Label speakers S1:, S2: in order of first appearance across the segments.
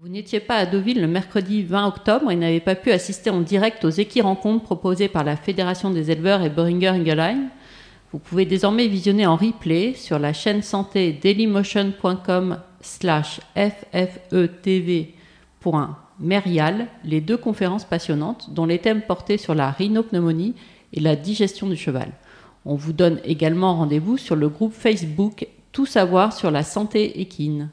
S1: Vous n'étiez pas à Deauville le mercredi 20 octobre et n'avez pas pu assister en direct aux équirencontres proposées par la Fédération des éleveurs et Boehringer Ingelheim. Vous pouvez désormais visionner en replay sur la chaîne santé dailymotion.com/ffetv.merial les 2 conférences passionnantes dont les thèmes portaient sur la rhinopneumonie et la digestion du cheval. On vous donne également rendez-vous sur le groupe Facebook Tout savoir sur la santé équine.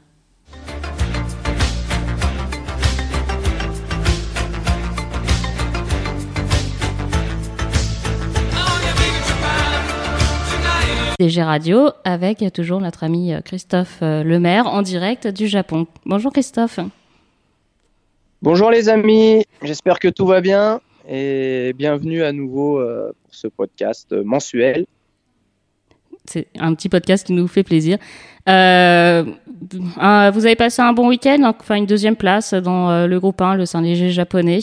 S2: DG Radio avec toujours notre ami Christophe Lemaire en direct du Japon. Bonjour Christophe.
S3: Bonjour les amis, j'espère que tout va bien et bienvenue à nouveau pour ce podcast mensuel.
S2: C'est un petit podcast qui nous fait plaisir. Vous avez passé un bon week-end, enfin une 2e place dans le groupe 1, le Saint-Léger japonais.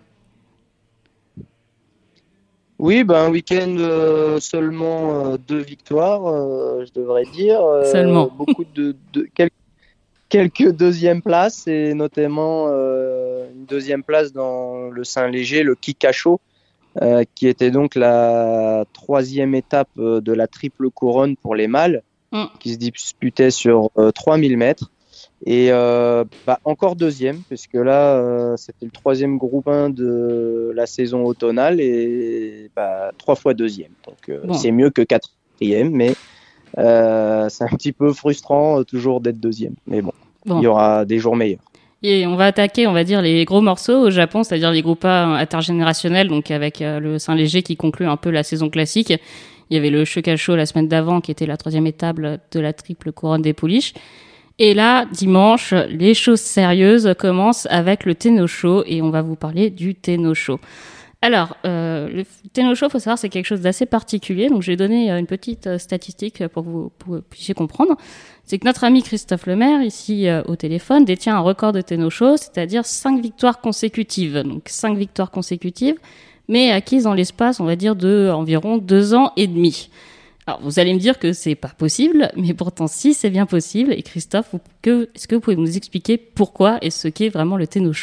S3: Oui, un week-end seulement 2 victoires, je devrais dire.
S2: Seulement.
S3: Beaucoup quelques 2e places et notamment une 2e place dans le Saint-Léger, le Kikasho, qui était donc la 3e étape de la triple couronne pour les mâles, qui se disputait sur 3000 mètres. Et encore 2e, puisque là, c'était le 3e groupe 1 de la saison automnale et 3 fois 2e. Donc, c'est mieux que 4e, mais c'est un petit peu frustrant toujours d'être 2e. Mais bon, il y aura des jours meilleurs.
S2: Et on va attaquer, on va dire, les gros morceaux au Japon, c'est-à-dire les groupes A intergénérationnels, donc avec le Saint-Léger qui conclut un peu la saison classique. Il y avait le Shokasho la semaine d'avant, qui était la 3e étape de la triple couronne des pouliches. Et là, dimanche, les choses sérieuses commencent avec le Tenno-sho et on va vous parler du Tenno-sho. Alors, le Tenno-sho, faut savoir, c'est quelque chose d'assez particulier. Donc, j'ai donné une petite statistique pour que vous puissiez comprendre. C'est que notre ami Christophe Lemaire, ici au téléphone, détient un record de Tenno-sho, c'est-à-dire 5 victoires consécutives. Donc, 5 victoires consécutives, mais acquises dans l'espace, on va dire, de environ 2 ans et demi. Alors, vous allez me dire que c'est pas possible, mais pourtant, si, c'est bien possible. Et Christophe, est-ce que vous pouvez nous expliquer pourquoi et ce qu'est vraiment le Tenno-sho ?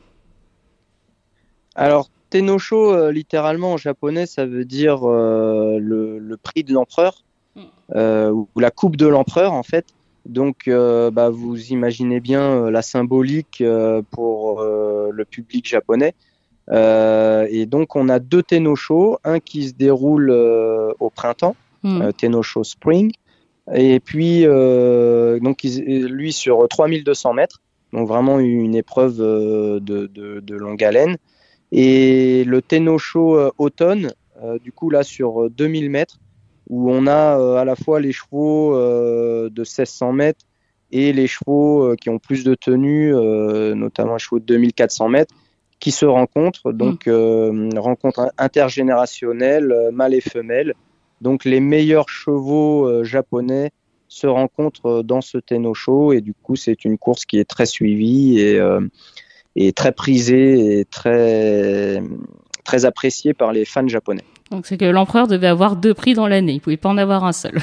S3: Alors, Tenno-sho, littéralement en japonais, ça veut dire le prix de l'empereur, ou la coupe de l'empereur, en fait. Donc, vous imaginez bien la symbolique pour le public japonais. Et donc, on a 2 Tenno-sho, un qui se déroule au printemps, Tenno-sho Spring, et puis donc lui sur 3200 mètres, donc vraiment une épreuve de longue haleine, et le Tenno-sho automne, du coup là sur 2000 mètres, où on a à la fois les chevaux de 1600 mètres et les chevaux qui ont plus de tenue, notamment les chevaux de 2400 mètres, qui se rencontrent, donc rencontre intergénérationnelle, mâle et femelle. Donc les meilleurs chevaux japonais se rencontrent dans ce Tenno-sho et du coup c'est une course qui est très suivie et très prisée et très, très appréciée par les fans japonais.
S2: Donc c'est que l'empereur devait avoir 2 prix dans l'année, il ne pouvait pas en avoir un seul.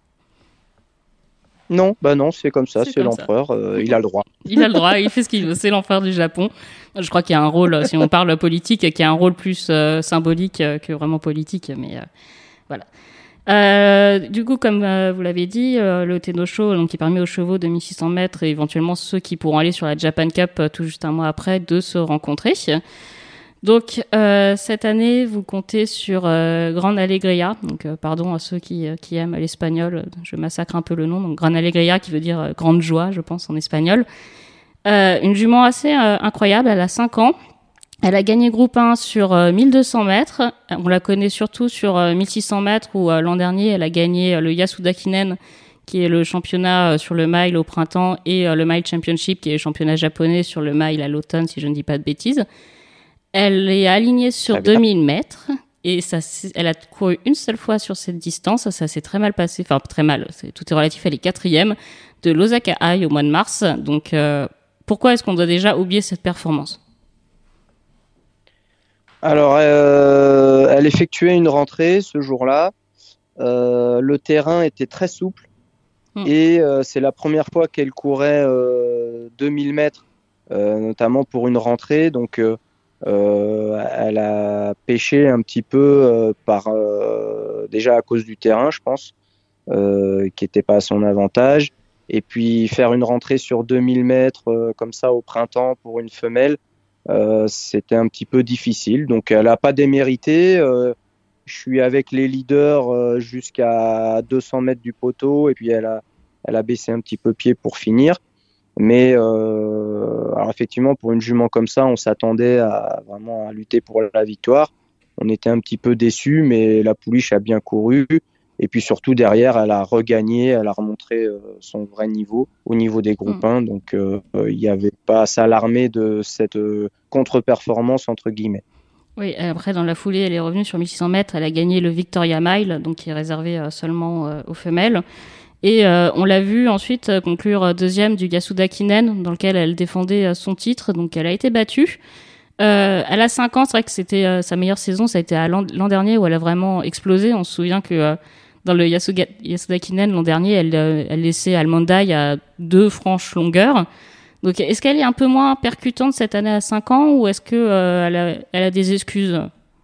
S3: Non, c'est comme ça, c'est l'empereur, il a le droit.
S2: Il a le droit, il fait ce qu'il veut, c'est l'empereur du Japon. Je crois qu'il y a un rôle, si on parle politique, qui a un rôle plus symbolique que vraiment politique, mais voilà. Du coup, comme vous l'avez dit, le Tenno-sho, donc, qui permet aux chevaux de 1600 mètres et éventuellement ceux qui pourront aller sur la Japan Cup tout juste un mois après de se rencontrer. Donc, cette année, vous comptez sur Gran Alegria. Donc, pardon à ceux qui aiment l'espagnol, je massacre un peu le nom. Donc, Gran Alegria qui veut dire grande joie, je pense, en espagnol. Une jument assez incroyable, elle a 5 ans. Elle a gagné groupe 1 sur 1200 mètres. On la connaît surtout sur 1600 mètres où l'an dernier, elle a gagné le Yasuda Kinen, qui est le championnat sur le mile au printemps, et le Mile Championship, qui est le championnat japonais sur le mile à l'automne, si je ne dis pas de bêtises. Elle est alignée sur 2000 mètres et elle a couru une seule fois sur cette distance. Ça s'est très mal passé, enfin très mal, tout est relatif. Elle est 4e de l'Osaka High au mois de mars. Donc pourquoi est-ce qu'on doit déjà oublier cette performance ?
S3: Alors, elle effectuait une rentrée ce jour-là. Le terrain était très souple et c'est la première fois qu'elle courait 2000 mètres notamment pour une rentrée. Donc, elle a pêché un petit peu déjà à cause du terrain, je pense, qui n'était pas à son avantage. Et puis faire une rentrée sur 2000 mètres comme ça au printemps pour une femelle, c'était un petit peu difficile. Donc elle n'a pas démérité. Je suis avec les leaders jusqu'à 200 mètres du poteau et puis elle a baissé un petit peu pied pour finir. Mais alors effectivement, pour une jument comme ça, on s'attendait à vraiment à lutter pour la victoire. On était un petit peu déçus, mais la pouliche a bien couru. Et puis surtout, derrière, elle a regagné, elle a remontré son vrai niveau au niveau des groupes 1. Donc, il n'y avait pas à s'alarmer de cette contre-performance, entre guillemets.
S2: Oui, après, dans la foulée, elle est revenue sur 1600 mètres. Elle a gagné le Victoria Mile, donc qui est réservé seulement aux femelles. Et on l'a vu ensuite conclure deuxième du Yasuda Kinen, dans lequel elle défendait son titre. Donc, elle a été battue. Elle a 5 ans, c'est vrai que c'était sa meilleure saison. Ça a été l'an dernier où elle a vraiment explosé. On se souvient que dans le Yasuda Kinen l'an dernier, elle laissait Almondai à 2 franches longueurs. Donc, est-ce qu'elle est un peu moins percutante cette année à 5 ans ou est-ce que elle a des excuses?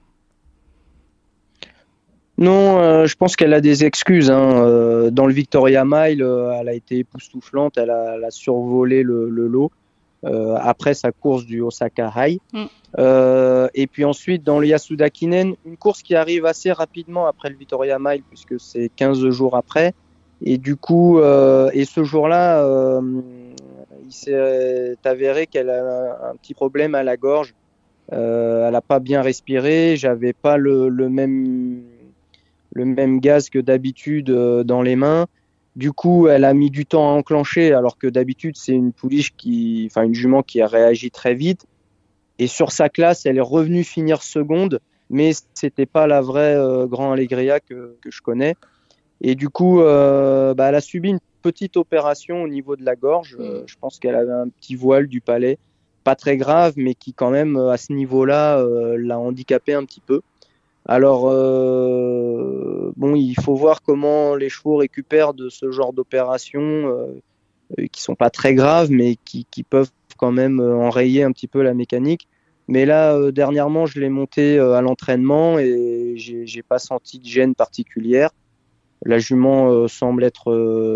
S3: Non, je pense qu'elle a des excuses. Dans le Victoria Mile, elle a été époustouflante. Elle a survolé le lot après sa course du Osaka High. Et puis ensuite, dans le Yasuda Kinen, une course qui arrive assez rapidement après le Victoria Mile, puisque c'est 15 jours après. Et du coup, et ce jour-là, il s'est avéré qu'elle a un petit problème à la gorge. Elle n'a pas bien respiré. J'avais pas le même gaz que d'habitude dans les mains. Du coup, elle a mis du temps à enclencher, alors que d'habitude, c'est une une jument qui a réagi très vite. Et sur sa classe, elle est revenue finir seconde, mais c'était pas la vraie Grand Allegria que je connais. Et du coup, elle a subi une petite opération au niveau de la gorge. Je pense qu'elle avait un petit voile du palais, pas très grave, mais qui quand même, à ce niveau-là, l'a handicapée un petit peu. Alors, il faut voir comment les chevaux récupèrent de ce genre d'opérations qui sont pas très graves, mais qui peuvent quand même enrayer un petit peu la mécanique. Mais là, dernièrement, je l'ai monté à l'entraînement et j'ai pas senti de gêne particulière. La jument semble être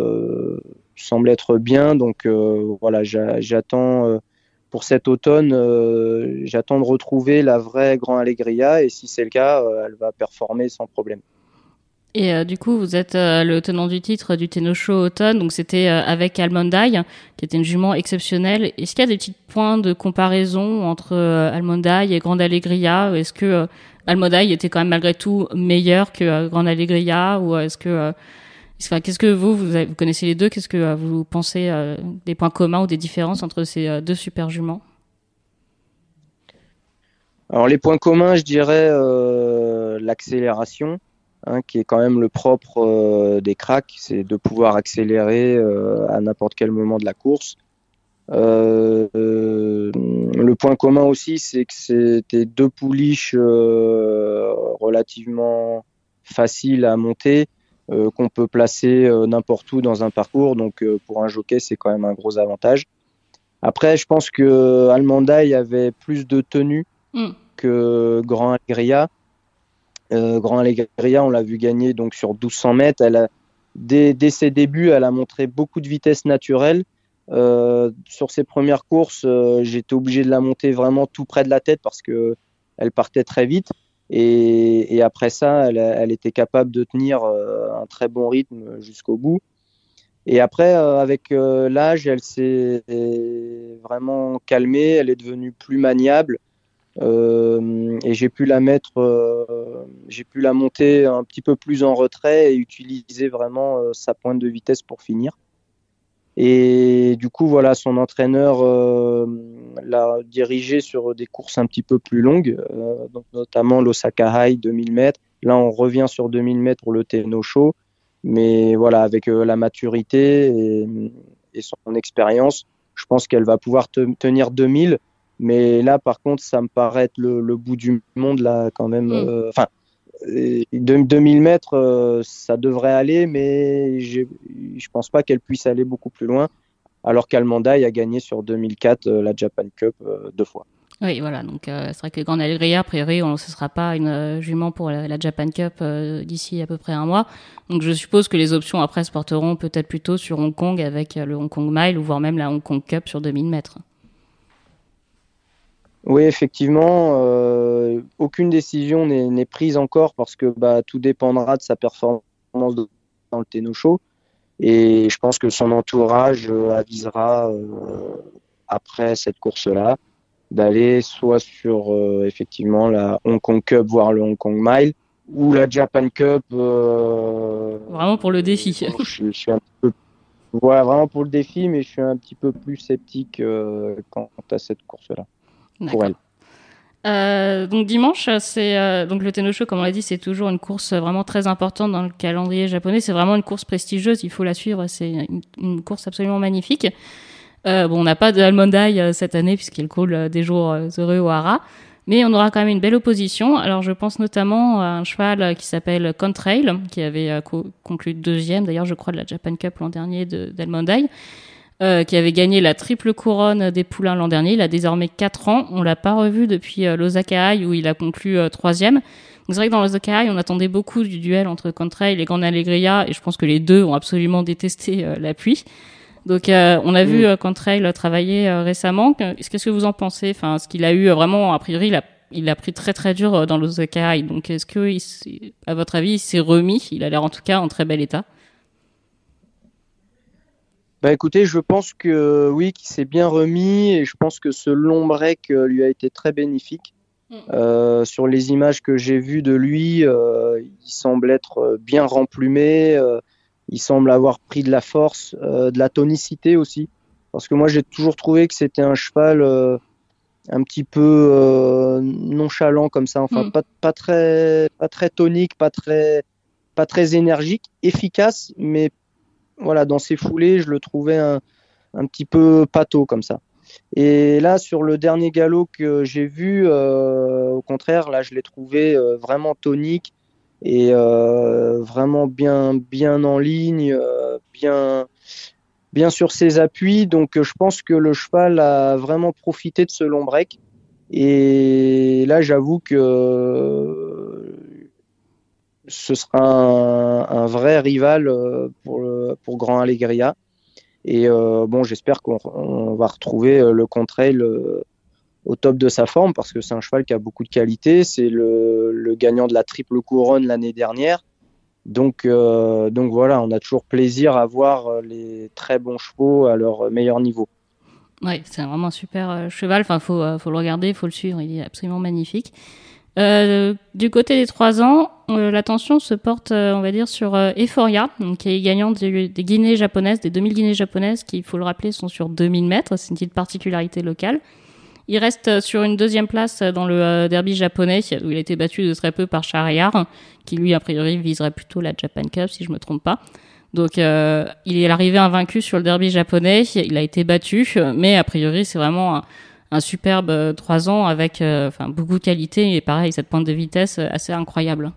S3: bien, donc voilà, j'attends pour cet automne, j'attends de retrouver la vraie Grand Allegria et si c'est le cas, elle va performer sans problème.
S2: Et du coup, vous êtes le tenant du titre du Tenosho Automne, donc c'était avec Almondai, qui était une jument exceptionnelle. Est-ce qu'il y a des petits points de comparaison entre Almondai et Grande Allegria? Est-ce que Almondai était quand même malgré tout meilleur que Grande Allegria, ou est-ce que qu'est-ce que vous connaissez les deux? Qu'est-ce que vous pensez des points communs ou des différences entre ces deux super juments?
S3: Alors les points communs, je dirais l'accélération, qui est quand même le propre des cracks, c'est de pouvoir accélérer à n'importe quel moment de la course. Le point commun aussi, c'est que c'était 2 pouliches relativement faciles à monter, qu'on peut placer n'importe où dans un parcours. Donc pour un jockey, c'est quand même un gros avantage. Après, je pense que Almondai avait plus de tenue que Grand Allegria. Grand Allegria, on l'a vu gagner donc sur 1200 mètres. Dès ses débuts, elle a montré beaucoup de vitesse naturelle. Sur ses premières courses, j'étais obligé de la monter vraiment tout près de la tête parce qu'elle partait très vite. Et après ça, elle était capable de tenir un très bon rythme jusqu'au bout. Et après, avec l'âge, elle s'est vraiment calmée. Elle est devenue plus maniable. Et j'ai pu la monter un petit peu plus en retrait et utiliser vraiment sa pointe de vitesse pour finir. Et du coup, voilà, son entraîneur l'a dirigé sur des courses un petit peu plus longues, donc notamment l'Osaka High 2000 mètres. Là, on revient sur 2000 mètres pour le Tenosho, mais voilà, avec la maturité et son expérience, je pense qu'elle va pouvoir tenir 2000. Mais là, par contre, ça me paraît être le bout du monde, là, quand même. 2000 mètres, ça devrait aller, mais je pense pas qu'elle puisse aller beaucoup plus loin. alors qu'Almondai a gagné sur 2004 la Japan Cup 2 fois.
S2: Oui, voilà. Donc, c'est vrai que Grande Alegria, a priori, ce ne sera pas une jument pour la Japan Cup d'ici à peu près un mois. Donc, je suppose que les options après se porteront peut-être plutôt sur Hong Kong avec le Hong Kong Mile ou voire même la Hong Kong Cup sur 2000 mètres.
S3: Oui, effectivement, aucune décision n'est prise encore parce que tout dépendra de sa performance dans le Tenno Show. Et je pense que son entourage avisera après cette course-là d'aller soit sur effectivement la Hong Kong Cup, voire le Hong Kong Mile, ou la Japan Cup.
S2: Vraiment pour le défi.
S3: Je suis un peu, voilà, vraiment pour le défi, mais je suis un petit peu plus sceptique quant à cette course-là. Pour elle.
S2: Donc dimanche, c'est donc le Tenno Show, comme on l'a dit, c'est toujours une course vraiment très importante dans le calendrier japonais. C'est vraiment une course prestigieuse, il faut la suivre. C'est une course absolument magnifique. On n'a pas de Almondai cette année puisqu'il coule des jours heureux au Hara, mais on aura quand même une belle opposition. Alors je pense notamment à un cheval qui s'appelle Contrail, qui avait conclu deuxième, d'ailleurs je crois de la Japan Cup l'an dernier d'Almondai. Qui avait gagné la triple couronne des poulains l'an dernier. Il a désormais 4 ans. On l'a pas revu depuis l'Osaka High où il a conclu 3e. Donc c'est vrai que dans l'Osaka High, on attendait beaucoup du duel entre Contrail et Grande Alegria et je pense que les deux ont absolument détesté la pluie. Donc on a vu Contrail travailler récemment. Qu'est-ce que vous en pensez? Enfin, ce qu'il a eu vraiment, a priori, il a pris très très dur dans l'Osaka High. Donc est-ce que, à votre avis, il s'est remis? Il a l'air en tout cas en très bel état.
S3: Écoutez, je pense que oui, qu'il s'est bien remis et je pense que ce long break lui a été très bénéfique. Sur les images que j'ai vues de lui, il semble être bien remplumé, il semble avoir pris de la force, de la tonicité aussi. Parce que moi, j'ai toujours trouvé que c'était un cheval un petit peu nonchalant comme ça, enfin pas très tonique, pas très énergique, efficace, mais voilà, dans ses foulées, je le trouvais un petit peu pâteau comme ça. Et là, sur le dernier galop que j'ai vu, au contraire, là, je l'ai trouvé vraiment tonique et vraiment bien en ligne, bien sur ses appuis. Donc, je pense que le cheval a vraiment profité de ce long break. Et là, j'avoue que ce sera un vrai rival pour Grand Alegria. Et j'espère qu'on va retrouver le Contrail au top de sa forme parce que c'est un cheval qui a beaucoup de qualité. C'est le gagnant de la triple couronne l'année dernière. Donc voilà, on a toujours plaisir à voir les très bons chevaux à leur meilleur niveau.
S2: Ouais, c'est vraiment un super cheval. Enfin, faut le regarder, faut le suivre. Il est absolument magnifique. Du côté des 3 ans, l'attention se porte, on va dire, sur Euphoria, donc, qui est gagnante des guinées japonaises, des 2000 guinées japonaises, qui, il faut le rappeler, sont sur 2000 mètres. C'est une petite particularité locale. Il reste sur une 2e place dans le derby japonais, où il a été battu de très peu par Shahryar, qui lui, a priori, viserait plutôt la Japan Cup, si je me trompe pas. Donc, il est arrivé invaincu sur le derby japonais. Il a été battu, mais a priori, c'est vraiment un superbe 3 ans avec beaucoup de qualité et pareil, cette pointe de vitesse assez incroyable.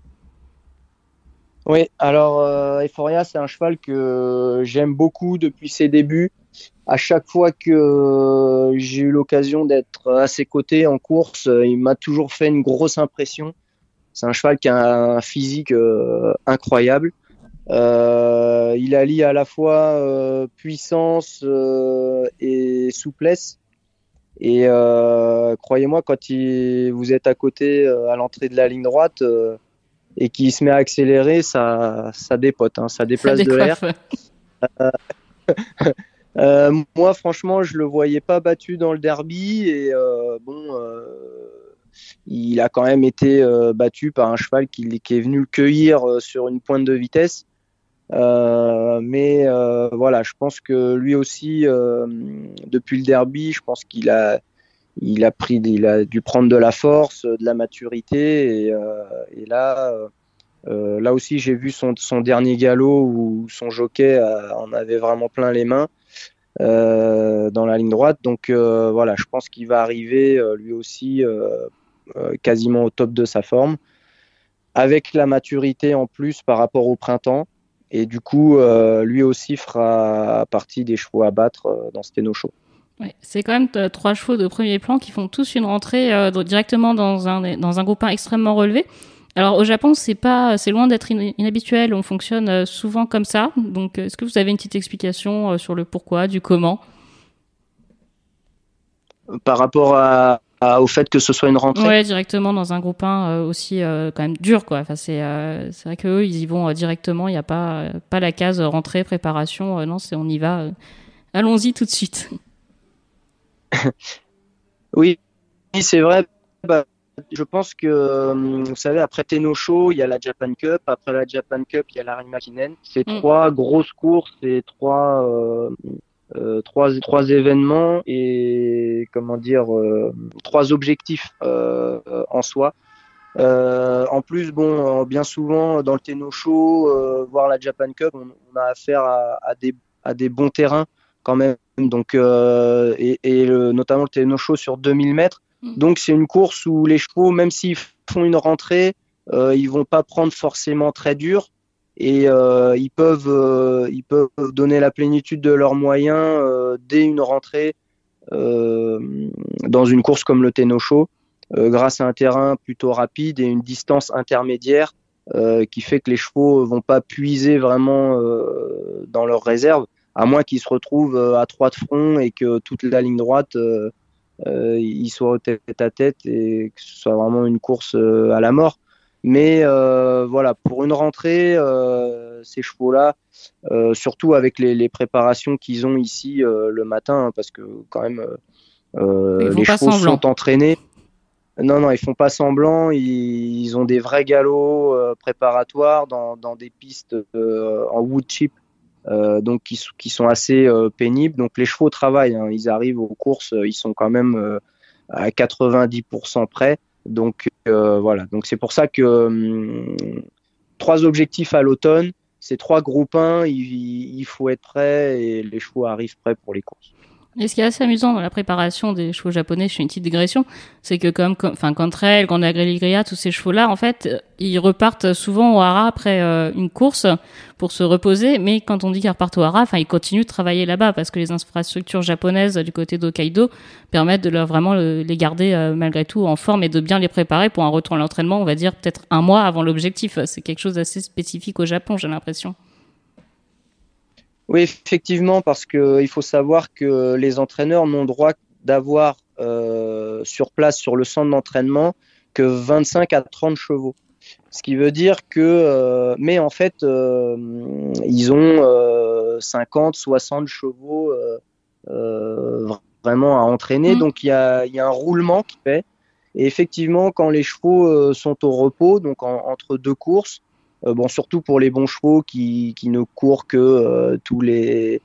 S3: Oui, alors Euphoria, c'est un cheval que j'aime beaucoup depuis ses débuts. À chaque fois que j'ai eu l'occasion d'être à ses côtés en course, il m'a toujours fait une grosse impression. C'est un cheval qui a un physique incroyable. Il allie à la fois puissance et souplesse. Et croyez-moi, quand vous êtes à côté à l'entrée de la ligne droite et qu'il se met à accélérer, ça dépote, hein, ça déplace de l'air. Moi, franchement, je le voyais pas battu dans le derby et il a quand même été battu par un cheval qui est venu le cueillir sur une pointe de vitesse. Mais voilà, je pense que lui aussi, depuis le derby, je pense qu'il a dû prendre de la force, de la maturité, et là aussi j'ai vu son dernier galop où son jockey en avait vraiment plein les mains dans la ligne droite. Donc voilà, je pense qu'il va arriver lui aussi quasiment au top de sa forme, avec la maturité en plus par rapport au printemps. Et du coup, lui aussi fera partie des chevaux à battre dans ce Tenno Show.
S2: Ouais, c'est quand même 3 chevaux de premier plan qui font tous une rentrée directement dans un groupe 1 extrêmement relevé. Alors au Japon, c'est loin d'être inhabituel, on fonctionne souvent comme ça. Donc est-ce que vous avez une petite explication sur le pourquoi, du comment?
S3: Par rapport au fait que ce soit une rentrée?
S2: Ouais, directement dans un groupe 1 aussi quand même dur, quoi. Enfin, c'est vrai qu'eux, ils y vont directement, il n'y a pas la case rentrée, préparation, non, on y va, allons-y tout de suite.
S3: Oui, c'est vrai. Bah, je pense que, vous savez, après Tenno Show, il y a la Japan Cup. Après la Japan Cup, il y a la Rimakinen. C'est 3 grosses courses et 3 événements et, comment dire, 3 objectifs en soi. En plus, bon, bien souvent, dans le Tenno Show, voire la Japan Cup, on a affaire à des bons terrains quand même. Donc, notamment le Tenno Show sur 2000 mètres. Donc, c'est une course où les chevaux, même s'ils font une rentrée, ils vont pas prendre forcément très dur et ils peuvent donner la plénitude de leurs moyens dès une rentrée dans une course comme le Tenno Show, grâce à un terrain plutôt rapide et une distance intermédiaire qui fait que les chevaux vont pas puiser vraiment dans leurs réserves, à moins qu'ils se retrouvent à 3 de front et que toute la ligne droite ils soient tête à tête et que ce soit vraiment une course à la mort. Mais voilà, pour une rentrée, ces chevaux-là, surtout avec les préparations qu'ils ont ici le matin, hein, parce que quand même les chevaux sont entraînés. Non, ils font pas semblant. Ils ont des vrais galops préparatoires dans des pistes en wood chip. Donc qui sont assez pénibles. Donc les chevaux travaillent, hein. Ils arrivent aux courses, ils sont quand même à 90% prêts. Donc voilà. Donc c'est pour ça que 3 objectifs à l'automne, c'est 3 groupes 1, il faut être prêt et les chevaux arrivent prêts pour les courses.
S2: Et ce qui est assez amusant dans la préparation des chevaux japonais, je fais une petite digression, c'est que Cantrell, Grande Agréligria, tous ces chevaux-là, en fait, ils repartent souvent au hara après une course pour se reposer, mais quand on dit qu'ils repartent au hara, enfin, ils continuent de travailler là-bas parce que les infrastructures japonaises du côté d'Hokkaido permettent de vraiment les garder malgré tout en forme et de bien les préparer pour un retour à l'entraînement, on va dire peut-être un mois avant l'objectif. C'est quelque chose d'assez spécifique au Japon, j'ai l'impression.
S3: Oui, effectivement, parce qu'il faut savoir que les entraîneurs n'ont droit d'avoir sur place, sur le centre d'entraînement, que 25 à 30 chevaux. Ce qui veut dire que, mais en fait, ils ont 50, 60 chevaux vraiment à entraîner. Donc, il y a un roulement qui fait. Et effectivement, quand les chevaux sont au repos, donc entre 2 courses, bon, surtout pour les bons chevaux qui ne courent que tous les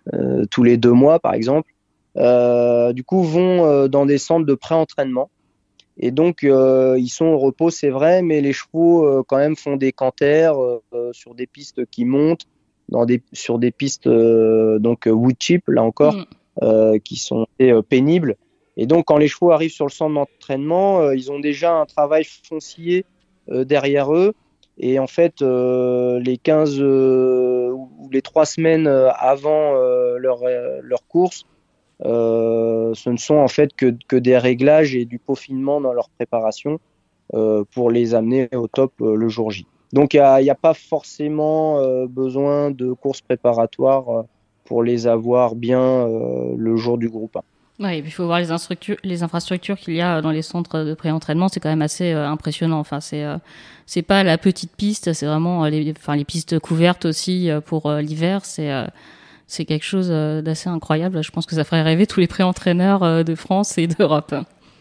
S3: 2 mois, par exemple, du coup, vont dans des centres de pré-entraînement. Et donc, ils sont au repos, c'est vrai, mais les chevaux, quand même, font des canters sur des pistes qui montent, sur des pistes donc wood chip, là encore, qui sont pénibles. Et donc, quand les chevaux arrivent sur le centre d'entraînement, ils ont déjà un travail foncier derrière eux. Et en fait, les 15 ou les 3 semaines avant leur course, ce ne sont en fait que des réglages et du peaufinement dans leur préparation pour les amener au top le jour J. Donc, il n'y a pas forcément besoin de courses préparatoires pour les avoir bien le jour du groupe 1.
S2: Oui, il faut voir les infrastructures qu'il y a dans les centres de pré-entraînement, c'est quand même assez impressionnant. Enfin, c'est pas la petite piste, c'est vraiment les pistes couvertes aussi pour l'hiver. C'est quelque chose d'assez incroyable. Je pense que ça ferait rêver tous les pré-entraîneurs de France et d'Europe.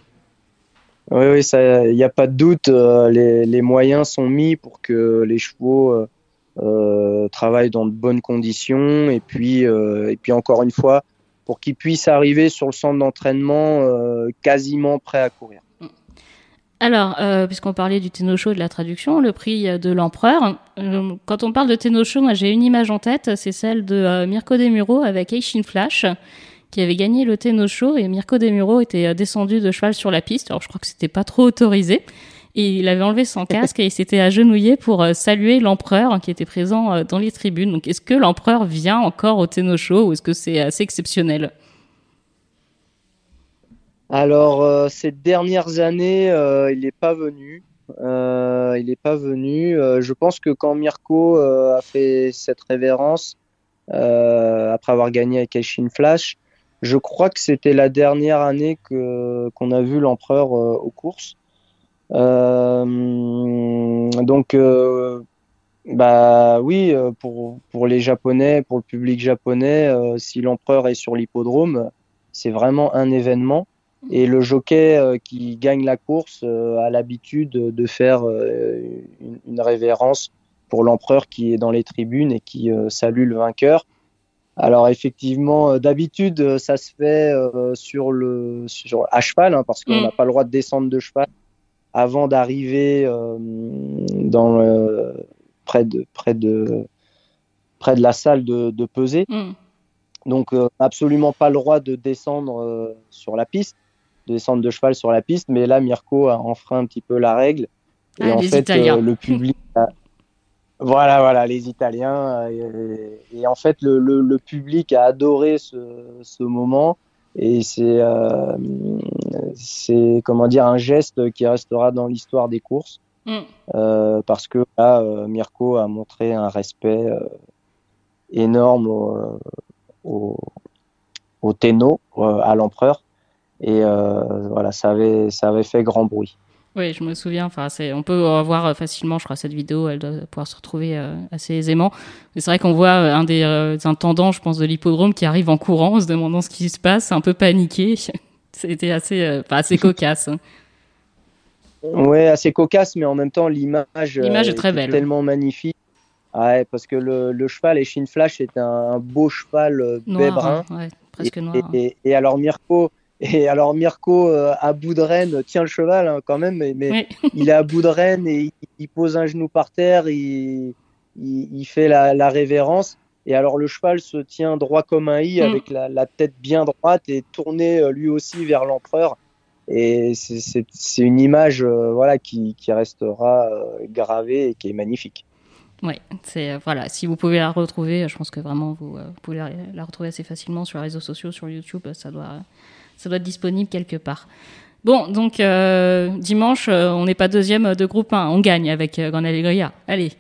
S3: Oui, il n'y a pas de doute. Les moyens sont mis pour que les chevaux travaillent dans de bonnes conditions. Et puis encore une fois, pour qu'ils puissent arriver sur le centre d'entraînement quasiment prêts à courir.
S2: Alors, puisqu'on parlait du Tenno Show et de la traduction, le prix de l'empereur, quand on parle de Tenno Show, moi j'ai une image en tête, c'est celle de Mirko De Muro avec Eishin Flash, qui avait gagné le Tenno Show, et Mirko De Muro était descendu de cheval sur la piste, alors je crois que c'était pas trop autorisé, et il avait enlevé son casque et il s'était agenouillé pour saluer l'empereur qui était présent dans les tribunes. Donc, est-ce que l'empereur vient encore au Tenno Show ou est-ce que c'est assez exceptionnel?
S3: Alors, ces dernières années, il n'est pas venu. Il n'est pas venu. Je pense que quand Mirko a fait cette révérence, après avoir gagné avec Aishin Flash, je crois que c'était la dernière année qu'on a vu l'empereur aux courses. Donc, bah oui, pour les Japonais, pour le public japonais, si l'empereur est sur l'hippodrome, c'est vraiment un événement. Et le jockey qui gagne la course a l'habitude de faire une révérence pour l'empereur qui est dans les tribunes et qui salue le vainqueur. Alors effectivement, d'habitude, ça se fait à cheval, hein, parce qu'on n'a pas le droit de descendre de cheval avant d'arriver près de la salle de pesée. Donc absolument pas le droit de descendre sur la piste, de descendre de cheval sur la piste. Mais là, Mirko a enfreint un petit peu la règle. Et en fait, le public... Voilà, les Italiens. Et en fait, le public a adoré ce moment. Et c'est comment dire, un geste qui restera dans l'histoire des courses. Parce que là, Mirko a montré un respect énorme au Tenno, à l'empereur. Et voilà, ça avait fait grand bruit.
S2: Oui, je me souviens. Enfin, on peut voir facilement, je crois, cette vidéo, elle doit pouvoir se retrouver assez aisément. Mais c'est vrai qu'on voit un des intendants, je pense, de l'hippodrome qui arrive en courant, en se demandant ce qui se passe, un peu paniqué. C'était assez cocasse.
S3: Ouais, assez cocasse, mais en même temps, l'image
S2: est très belle,
S3: tellement magnifique. Ouais, parce que le cheval Aishin Flash est un beau cheval
S2: noir,
S3: brun.
S2: Ouais, presque noir.
S3: Et alors Mirko à bout de renne tient le cheval, hein, quand même, mais oui. Il est à bout de renne et il pose un genou par terre, il fait la révérence. Et alors le cheval se tient droit comme un i avec la tête bien droite et tourné lui aussi vers l'empereur. Et c'est une image voilà, qui restera gravée et qui est magnifique.
S2: Oui, voilà. Si vous pouvez la retrouver, je pense que vraiment vous pouvez la retrouver assez facilement sur les réseaux sociaux, sur YouTube. Ça doit être disponible quelque part. Bon, donc dimanche, on n'est pas deuxième de groupe 1. On gagne avec Grande Alegria. Allez.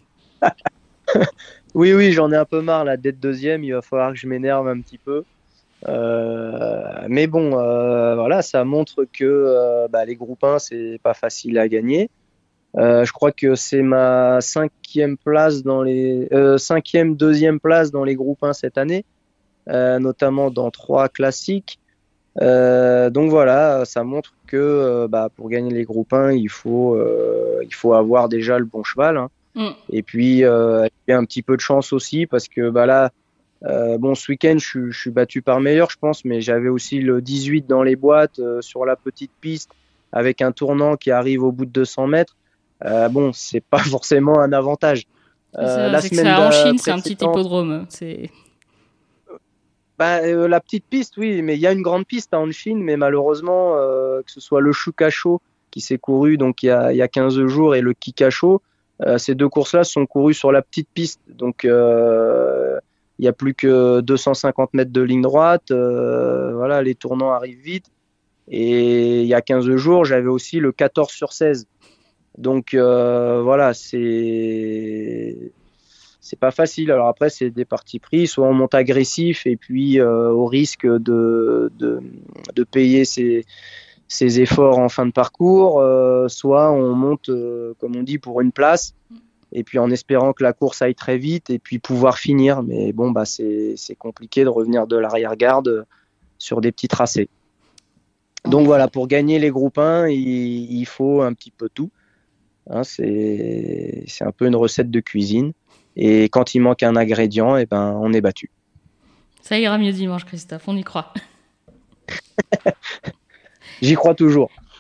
S3: Oui, j'en ai un peu marre là, d'être deuxième. Il va falloir que je m'énerve un petit peu. Mais bon, voilà, ça montre que les groupes 1, c'est pas facile à gagner. Je crois que c'est ma deuxième place dans les groupes 1 cette année, notamment dans 3 classiques. Donc voilà, ça montre que pour gagner les groupes 1, il faut avoir déjà le bon cheval, hein. Et puis un petit peu de chance aussi, parce que là, ce week-end je suis battu par meilleur, je pense, mais j'avais aussi le 18 dans les boîtes sur la petite piste avec un tournant qui arrive au bout de 200 mètres. C'est pas forcément un avantage.
S2: La semaine en Chine, c'est un petit hippodrome.
S3: La petite piste, oui, mais il y a une grande piste à Hanshin, mais malheureusement, que ce soit le Shukacho qui s'est couru donc il y a 15 jours et le Kikacho, ces 2 courses-là sont courues sur la petite piste. Donc il y a plus que 250 mètres de ligne droite. Voilà, les tournants arrivent vite. Et il y a 15 jours, j'avais aussi le 14/16. Donc voilà, c'est pas facile. Alors après, c'est des partis pris. Soit on monte agressif et puis au risque de payer ses efforts en fin de parcours, soit on monte, comme on dit, pour une place, et puis en espérant que la course aille très vite et puis pouvoir finir. Mais bon, c'est compliqué de revenir de l'arrière-garde sur des petits tracés. Donc voilà, pour gagner les groupes 1, il faut un petit peu tout. Hein, c'est un peu une recette de cuisine. Et quand il manque un ingrédient, on est battu.
S2: Ça ira mieux dimanche, Christophe, on y croit.
S3: J'y crois toujours.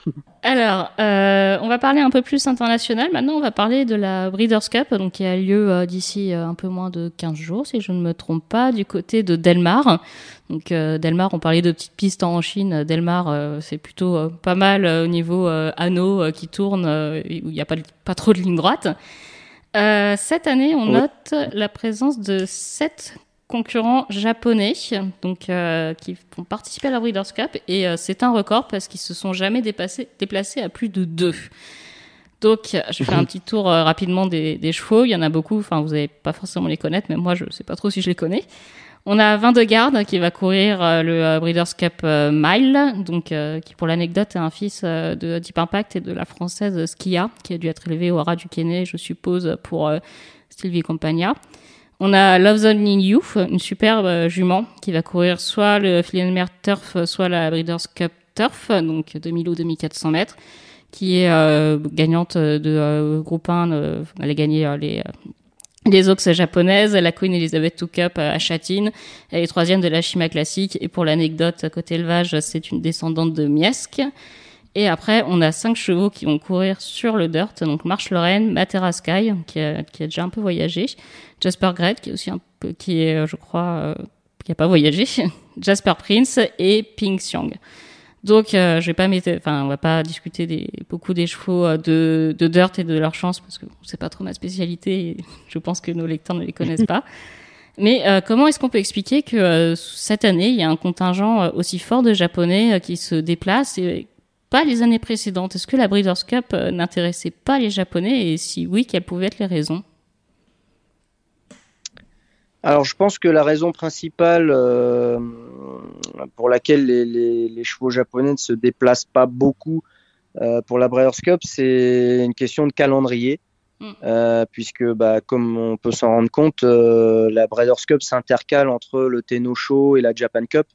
S2: Alors, on va parler un peu plus international. Maintenant, on va parler de la Breeders' Cup, donc qui a lieu d'ici un peu moins de 15 jours, si je ne me trompe pas, du côté de Delmar. Donc, Delmar, on parlait de petites pistes en Chine. Delmar, c'est plutôt pas mal au niveau anneaux qui tournent, où il n'y a pas trop de ligne droite. Cette année, on note la présence de 7 concurrents japonais, donc qui vont participer à la Breeders' Cup, et c'est un record parce qu'ils se sont jamais déplacés à plus de 2. Donc, je fais un petit tour rapidement des chevaux. Il y en a beaucoup. Enfin, vous n'allez pas forcément les connaître, mais moi, je sais pas trop si je les connais. On a Vin de Garde qui va courir le Breeders' Cup Mile, donc qui, pour l'anecdote, est un fils de Deep Impact et de la française Skia, qui a dû être élevée au Haras du Quesnay, je suppose, pour Sylvie Compagnia. On a Love's Only You, une superbe jument qui va courir soit le Fillenmer Turf, soit la Breeders' Cup Turf, donc 2000 ou 2400 mètres, qui est gagnante de groupe 1. Elle a gagné les Oaks japonaises, la Queen Elizabeth II Cup à Châtine. Elle est 3e de la Shima Classic. Et pour l'anecdote, côté élevage, c'est une descendante de Miesque. Et après, on a 5 chevaux qui vont courir sur le dirt. Donc, Marche Lorraine, Matera Sky, qui a déjà un peu voyagé. Jasper Gret, qui est aussi je crois, qui a pas voyagé. Jasper Prince et Ping Xiang. Donc, on va pas discuter beaucoup des chevaux de dirt et de leur chance parce que c'est pas trop ma spécialité et je pense que nos lecteurs ne les connaissent pas. Mais comment est-ce qu'on peut expliquer que cette année, il y a un contingent aussi fort de Japonais qui se déplacent et pas les années précédentes? Est-ce que la Breeders' Cup n'intéressait pas les Japonais et si oui, quelles pouvaient être les raisons?
S3: Alors, je pense que la raison principale pour laquelle les chevaux japonais ne se déplacent pas beaucoup pour la Breeders' Cup, c'est une question de calendrier. Puisque, comme on peut s'en rendre compte, la Breeders' Cup s'intercale entre le Tenno Show et la Japan Cup.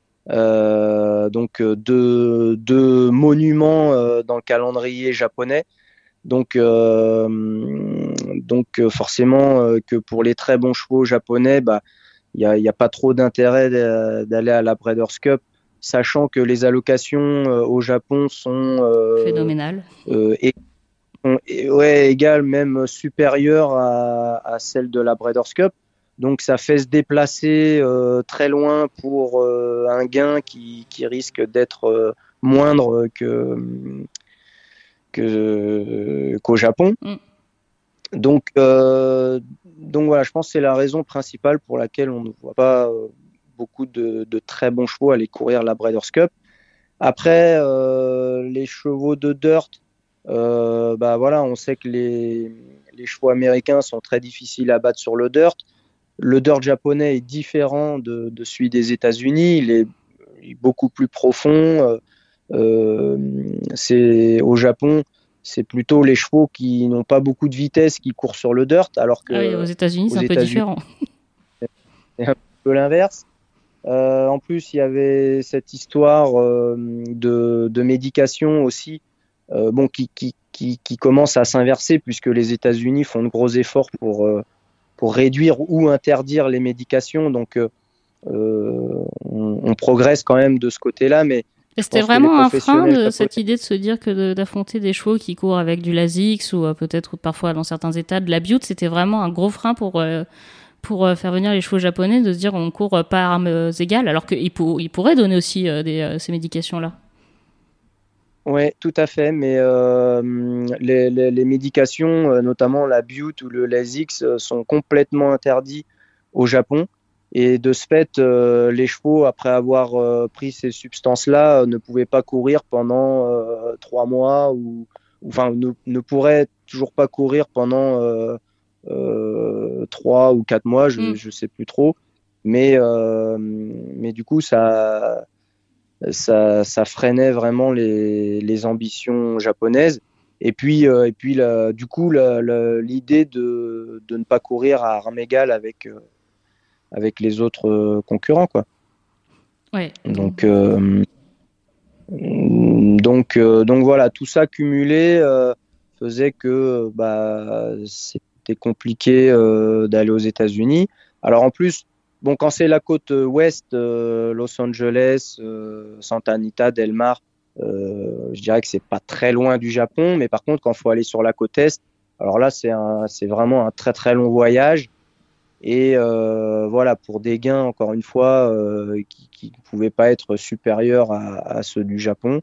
S3: Donc, deux monuments dans le calendrier japonais. Donc forcément que pour les très bons chevaux japonais, il y a pas trop d'intérêt d'aller à la Breeders' Cup, sachant que les allocations au Japon sont
S2: phénoménales.
S3: Égales, même supérieures à celles de la Breeders' Cup. Donc ça fait se déplacer très loin pour un gain qui risque d'être moindre qu'au Japon. Donc voilà, je pense que c'est la raison principale pour laquelle on ne voit pas beaucoup de très bons chevaux aller courir la Breeders' Cup. Après, les chevaux de dirt, voilà, on sait que les chevaux américains sont très difficiles à battre sur le dirt. Le dirt japonais est différent de celui des États-Unis. Il est beaucoup plus profond. Au Japon, c'est plutôt les chevaux qui n'ont pas beaucoup de vitesse qui courent sur le dirt, alors que
S2: aux États-Unis, c'est un peu différent.
S3: C'est un peu l'inverse. En plus, il y avait cette histoire de médication aussi, qui commence à s'inverser puisque les États-Unis font de gros efforts pour réduire ou interdire les médications. Donc, on progresse quand même de ce côté-là, mais
S2: c'était vraiment un frein, cette idée de se dire que d'affronter des chevaux qui courent avec du Lasix ou peut-être parfois dans certains états de la Bute, c'était vraiment un gros frein pour faire venir les chevaux japonais, de se dire on court pas à armes égales, alors qu'ils pourraient donner aussi ces médications-là.
S3: Oui, tout à fait, mais les médications, notamment la Bute ou le Lasix, sont complètement interdits au Japon. Et de ce fait, les chevaux, après avoir pris ces substances-là, ne pouvaient pas courir pendant 3 mois ne pourraient toujours pas courir pendant 3 ou 4 mois, je sais plus trop. Mais du coup, ça freinait vraiment les ambitions japonaises. Et puis du coup, l'idée de ne pas courir à armes égales avec les autres concurrents, quoi.
S2: Ouais.
S3: Donc voilà, tout ça cumulé faisait que c'était compliqué d'aller aux États-Unis. Alors en plus, quand c'est la côte ouest, Los Angeles, Santa Anita, Del Mar, je dirais que c'est pas très loin du Japon, mais par contre, quand il faut aller sur la côte est, alors là, c'est vraiment un très très long voyage. Et voilà, pour des gains, encore une fois, qui ne pouvaient pas être supérieurs à ceux du Japon.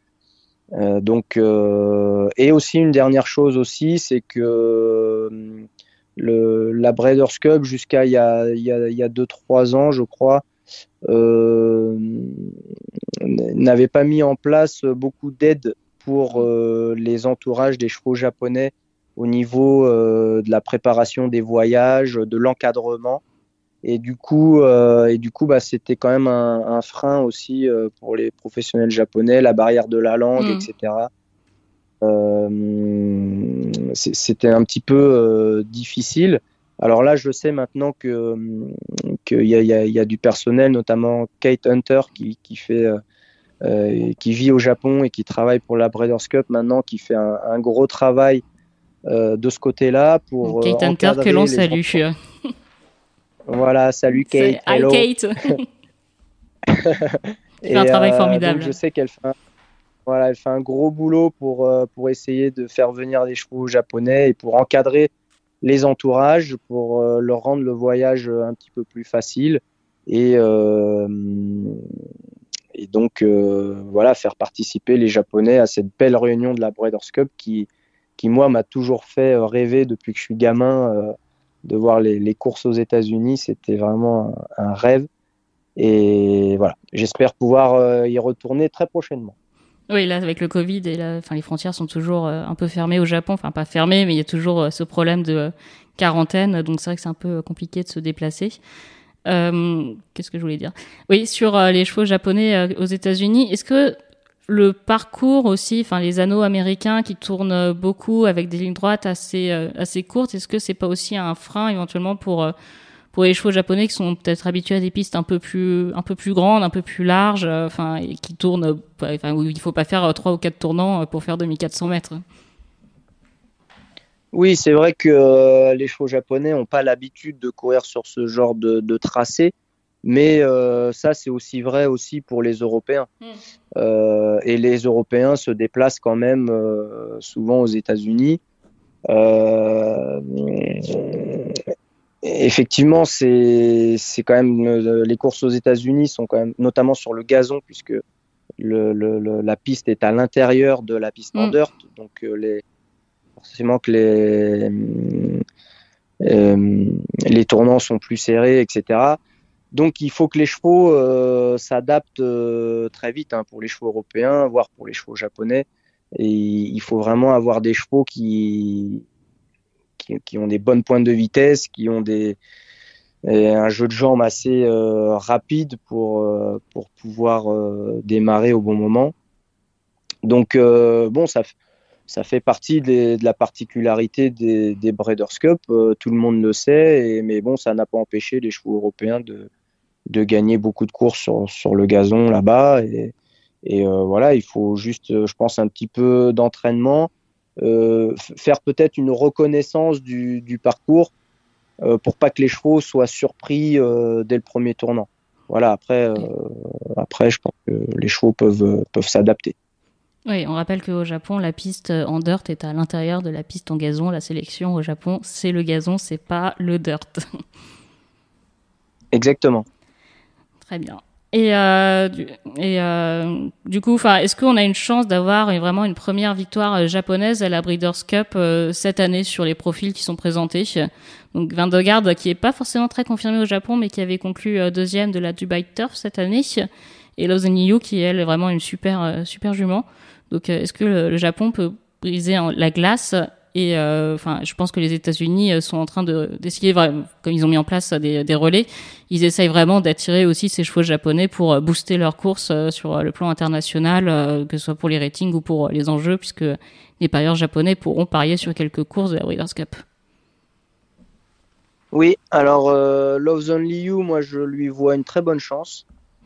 S3: Et aussi une dernière chose aussi, c'est que la Breeders' Cup, jusqu'à il y a 2-3 ans, je crois, n'avait pas mis en place beaucoup d'aide pour les entourages des chevaux japonais au niveau de la préparation des voyages, de l'encadrement. Et du coup, c'était quand même un frein aussi pour les professionnels japonais, la barrière de la langue, etc. C'était un petit peu difficile. Alors là, je sais maintenant qu'il y a du personnel, notamment Kate Hunter, qui vit au Japon et qui travaille pour la Breeders' Cup maintenant, qui fait un gros travail de ce côté-là pour
S2: Kate Hunter que l'on salue.
S3: Voilà, salut Kate.
S2: Hi Kate. Elle fait un travail formidable.
S3: Donc je sais qu'elle fait un gros boulot pour essayer de faire venir des chevaux japonais et pour encadrer les entourages, pour leur rendre le voyage un petit peu plus facile et donc voilà, faire participer les Japonais à cette belle réunion de la Breeders' Cup qui moi m'a toujours fait rêver depuis que je suis gamin. De voir les courses aux États-Unis, c'était vraiment un rêve. Et voilà, j'espère pouvoir y retourner très prochainement.
S2: Oui, là, avec le Covid, les frontières sont toujours un peu fermées au Japon. Enfin, pas fermées, mais il y a toujours ce problème de quarantaine. Donc, c'est vrai que c'est un peu compliqué de se déplacer. Qu'est-ce que je voulais dire ? Oui, sur les chevaux japonais aux États-Unis, est-ce que le parcours aussi, enfin les anneaux américains qui tournent beaucoup avec des lignes droites assez courtes, est-ce que c'est pas aussi un frein éventuellement pour les chevaux japonais qui sont peut-être habitués à des pistes un peu plus grandes, un peu plus larges, et qui tournent, où il faut pas faire 3 ou 4 tournants pour faire 2400 mètres.
S3: Oui, c'est vrai que les chevaux japonais n'ont pas l'habitude de courir sur ce genre de tracé. Mais ça, c'est aussi vrai aussi pour les Européens. Et les Européens se déplacent quand même souvent aux États-Unis. Effectivement, c'est quand même les courses aux États-Unis sont quand même notamment sur le gazon puisque la piste est à l'intérieur de la piste en dirt, donc forcément que les tournants sont plus serrés, etc. Donc, il faut que les chevaux s'adaptent très vite pour les chevaux européens, voire pour les chevaux japonais. Et il faut vraiment avoir des chevaux qui ont des bonnes pointes de vitesse, qui ont un jeu de jambes assez rapide pour pouvoir démarrer au bon moment. Donc, ça fait partie de la particularité des Breeders' Cup. Tout le monde le sait, mais bon, ça n'a pas empêché les chevaux européens de gagner beaucoup de courses sur le gazon là-bas. Et voilà, il faut juste, je pense, un petit peu d'entraînement, faire peut-être une reconnaissance du parcours pour pas que les chevaux soient surpris dès le premier tournant. Voilà, après, je pense que les chevaux peuvent s'adapter.
S2: Oui, on rappelle qu'au Japon, la piste en dirt est à l'intérieur de la piste en gazon. La sélection au Japon, c'est le gazon, c'est pas le dirt.
S3: Exactement.
S2: Très bien. Et du coup, est-ce qu'on a une chance d'avoir vraiment une première victoire japonaise à la Breeders' Cup cette année sur les profils qui sont présentés? Donc Vingegaard, qui est pas forcément très confirmé au Japon, mais qui avait conclu deuxième de la Dubai Turf cette année, et Lawson Liu, qui elle est vraiment une super jument. Donc est-ce que le Japon peut briser la glace? Et je pense que les États-Unis sont en train d'essayer, comme ils ont mis en place des relais, ils essayent vraiment d'attirer aussi ces chevaux japonais pour booster leurs courses sur le plan international, que ce soit pour les ratings ou pour les enjeux, puisque les parieurs japonais pourront parier sur quelques courses de la Breeders' Cup.
S3: Oui, alors Lawson Liu, moi je lui vois une très bonne chance.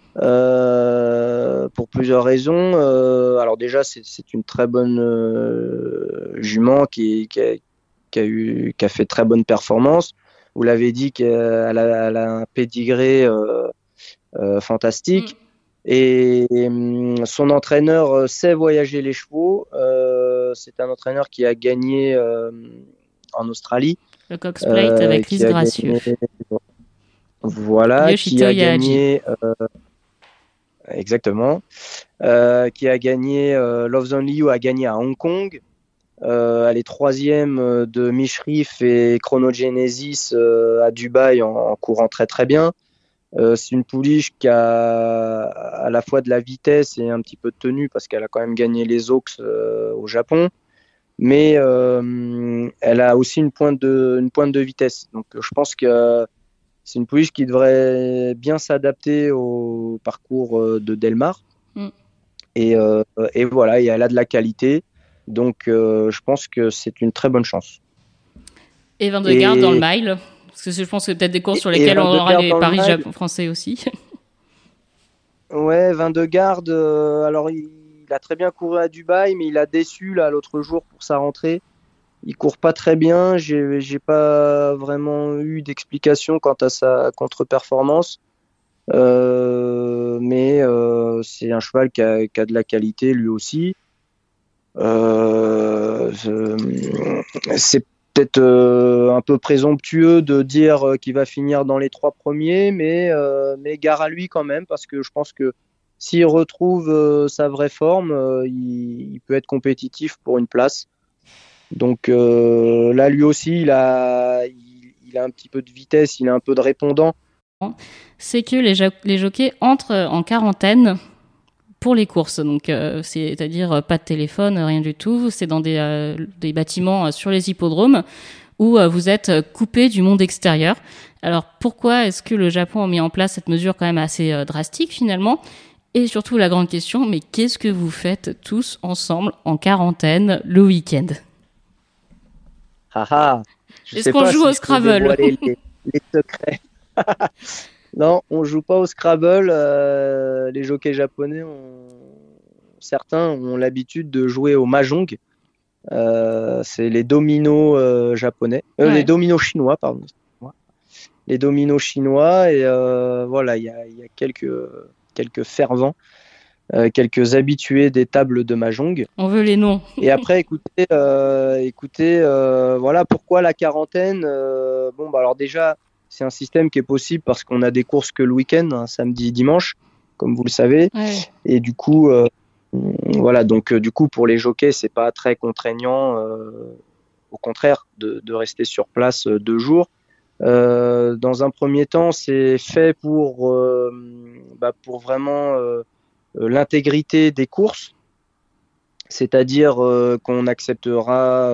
S3: Pour plusieurs raisons. Alors déjà, c'est une très bonne jument qui a fait très bonne performance. Vous l'avez dit qu'elle a un pédigré fantastique. Et son entraîneur sait voyager les chevaux. C'est un entraîneur qui a gagné en Australie.
S2: Le Cox Plate avec Lys Gracieux.
S3: Voilà,
S2: Yoshito
S3: qui a
S2: Yahaji.
S3: gagné... exactement. Qui a gagné Love Only You a gagné à Hong Kong. Elle est troisième de Mishrif et Chronogenesis à Dubaï en courant très très bien. C'est une pouliche qui a à la fois de la vitesse et un petit peu de tenue parce qu'elle a quand même gagné les Oaks au Japon, mais elle a aussi une pointe de vitesse. Donc je pense que c'est une pouliche qui devrait bien s'adapter au parcours de Delmar. Et voilà, et elle a de la qualité. Donc je pense que c'est une très bonne chance.
S2: Et Van de Garde dans le mile, parce que je pense que c'est peut-être des courses sur lesquelles on aura les paris français aussi.
S3: Ouais, Van de Garde, alors il a très bien couru à Dubaï, mais il a déçu là l'autre jour pour sa rentrée. Il court pas très bien, j'ai pas vraiment eu d'explication quant à sa contre-performance. Mais c'est un cheval qui a de la qualité lui aussi. C'est peut-être un peu présomptueux de dire qu'il va finir dans les 3 premiers, mais gare à lui quand même, parce que je pense que s'il retrouve sa vraie forme, il peut être compétitif pour une place. Donc là, lui aussi, il a un petit peu de vitesse, il a un peu de répondant.
S2: C'est que les jockeys entrent en quarantaine pour les courses, donc c'est-à-dire pas de téléphone, rien du tout. C'est dans des bâtiments sur les hippodromes où vous êtes coupé du monde extérieur. Alors pourquoi est-ce que le Japon a mis en place cette mesure quand même assez drastique finalement ? Et surtout la grande question, mais qu'est-ce que vous faites tous ensemble en quarantaine le week-end ? Est-ce qu'on joue au Scrabble ?
S3: Les secrets. Non, on joue pas au Scrabble. Les jockeys japonais, certains ont l'habitude de jouer au mahjong. C'est les dominos japonais, les dominos chinois, pardon. Les dominos chinois et voilà, il y a quelques fervents, quelques habitués des tables de mahjong.
S2: On veut les noms.
S3: Et après, écoutez, voilà pourquoi la quarantaine. Alors déjà. C'est un système qui est possible parce qu'on a des courses que le week-end, samedi, dimanche, comme vous le savez. Ouais. Et du coup, voilà. Donc, du coup, pour les jockeys, c'est pas très contraignant. Au contraire, de rester sur place 2 jours. Dans un premier temps, c'est fait pour vraiment l'intégrité des courses, c'est-à-dire qu'on acceptera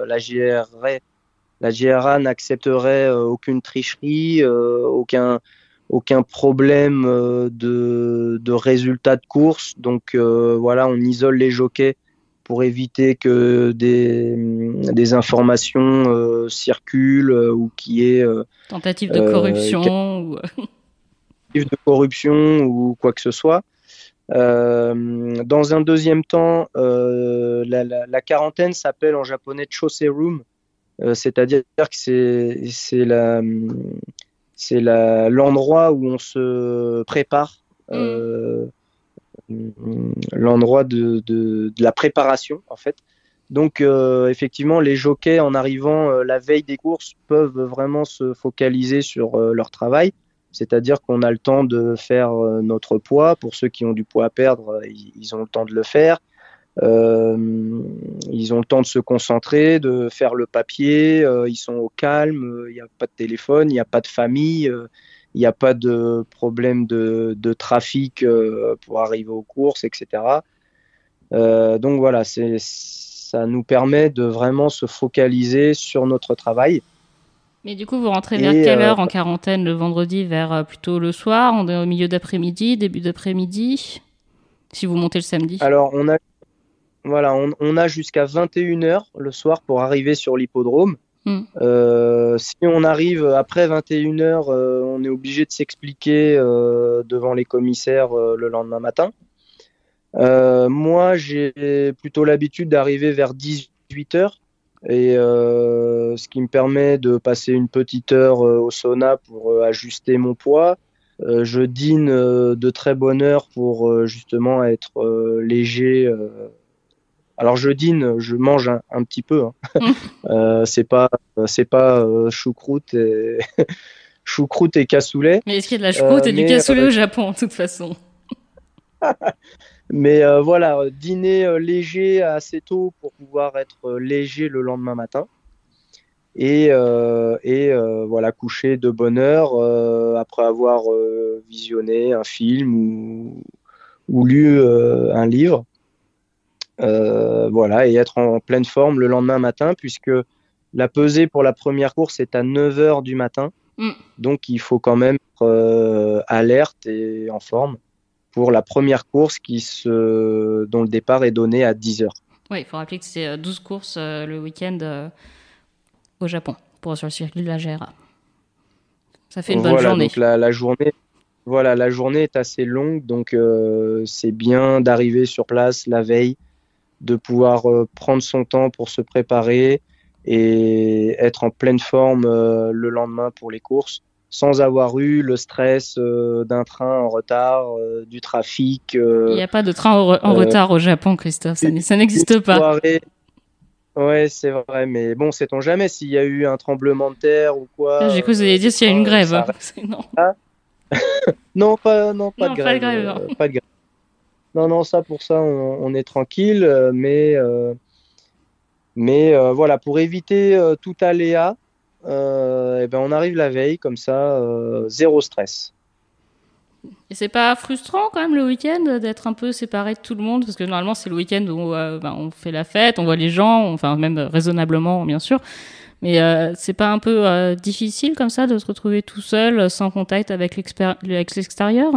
S3: la GRA n'accepterait aucune tricherie, aucun problème de résultat de course. Donc voilà, on isole les jockeys pour éviter que des informations circulent ou qu'il y ait
S2: tentative de corruption
S3: ou quoi que ce soit. Dans un deuxième temps, la quarantaine s'appelle en japonais Chosei Room. C'est-à-dire que c'est l'endroit où on se prépare, l'endroit de la préparation en fait. Donc effectivement, les jockeys en arrivant la veille des courses peuvent vraiment se focaliser sur leur travail. C'est-à-dire qu'on a le temps de faire notre poids. Pour ceux qui ont du poids à perdre, ils ont le temps de le faire. Ils ont le temps de se concentrer, de faire le papier, ils sont au calme, il n'y a pas de téléphone, il n'y a pas de famille, il n'y a pas de problème de trafic pour arriver aux courses, etc. Donc voilà, ça nous permet de vraiment se focaliser sur notre travail.
S2: Mais du coup, vous rentrez vers quelle heure en quarantaine le vendredi? Vers plutôt le soir, au milieu d'après-midi, début d'après-midi, si vous montez le samedi?
S3: Alors, on a jusqu'à 21h le soir pour arriver sur l'hippodrome. Si on arrive après 21h, on est obligé de s'expliquer devant les commissaires le lendemain matin. Moi, j'ai plutôt l'habitude d'arriver vers 18h, et ce qui me permet de passer une petite heure au sauna pour ajuster mon poids. Je dîne de très bonne heure pour justement être léger. Alors je mange un petit peu. Hein. C'est pas choucroute et choucroute et cassoulet.
S2: Mais est-ce qu'il y a de la choucroute et du cassoulet au Japon, de toute façon?
S3: Mais voilà, dîner léger assez tôt pour pouvoir être léger le lendemain matin. Et voilà, coucher de bonne heure après avoir visionné un film ou lu un livre. Voilà, et être en pleine forme le lendemain matin, puisque la pesée pour la première course est à 9h du matin. Donc il faut quand même être alerte et en forme pour la première course dont le départ est donné à 10h.
S2: Oui, il faut rappeler que c'est 12 courses le week-end au Japon, sur le circuit de la GRA. Ça fait une bonne journée.
S3: Donc la journée est assez longue, donc c'est bien d'arriver sur place la veille, de pouvoir prendre son temps pour se préparer et être en pleine forme le lendemain pour les courses, sans avoir eu le stress d'un train en retard, du trafic.
S2: Il n'y a pas de train en retard au Japon, Christophe, ça n'existe pas.
S3: Soirée. Ouais, c'est vrai, mais bon, sait-on jamais s'il y a eu un tremblement de terre ou quoi.
S2: J'ai cru que vous alliez dire s'il y a une grève.
S3: Non. Non, pas de grève. Pas de grève. Non, pour ça, on est tranquille, mais voilà, pour éviter tout aléa, on arrive la veille, comme ça, zéro stress.
S2: Et c'est pas frustrant quand même le week-end d'être un peu séparé de tout le monde, parce que normalement c'est le week-end où on fait la fête, on voit les gens, enfin même raisonnablement bien sûr, mais c'est pas un peu difficile comme ça de se retrouver tout seul, sans contact avec l'extérieur?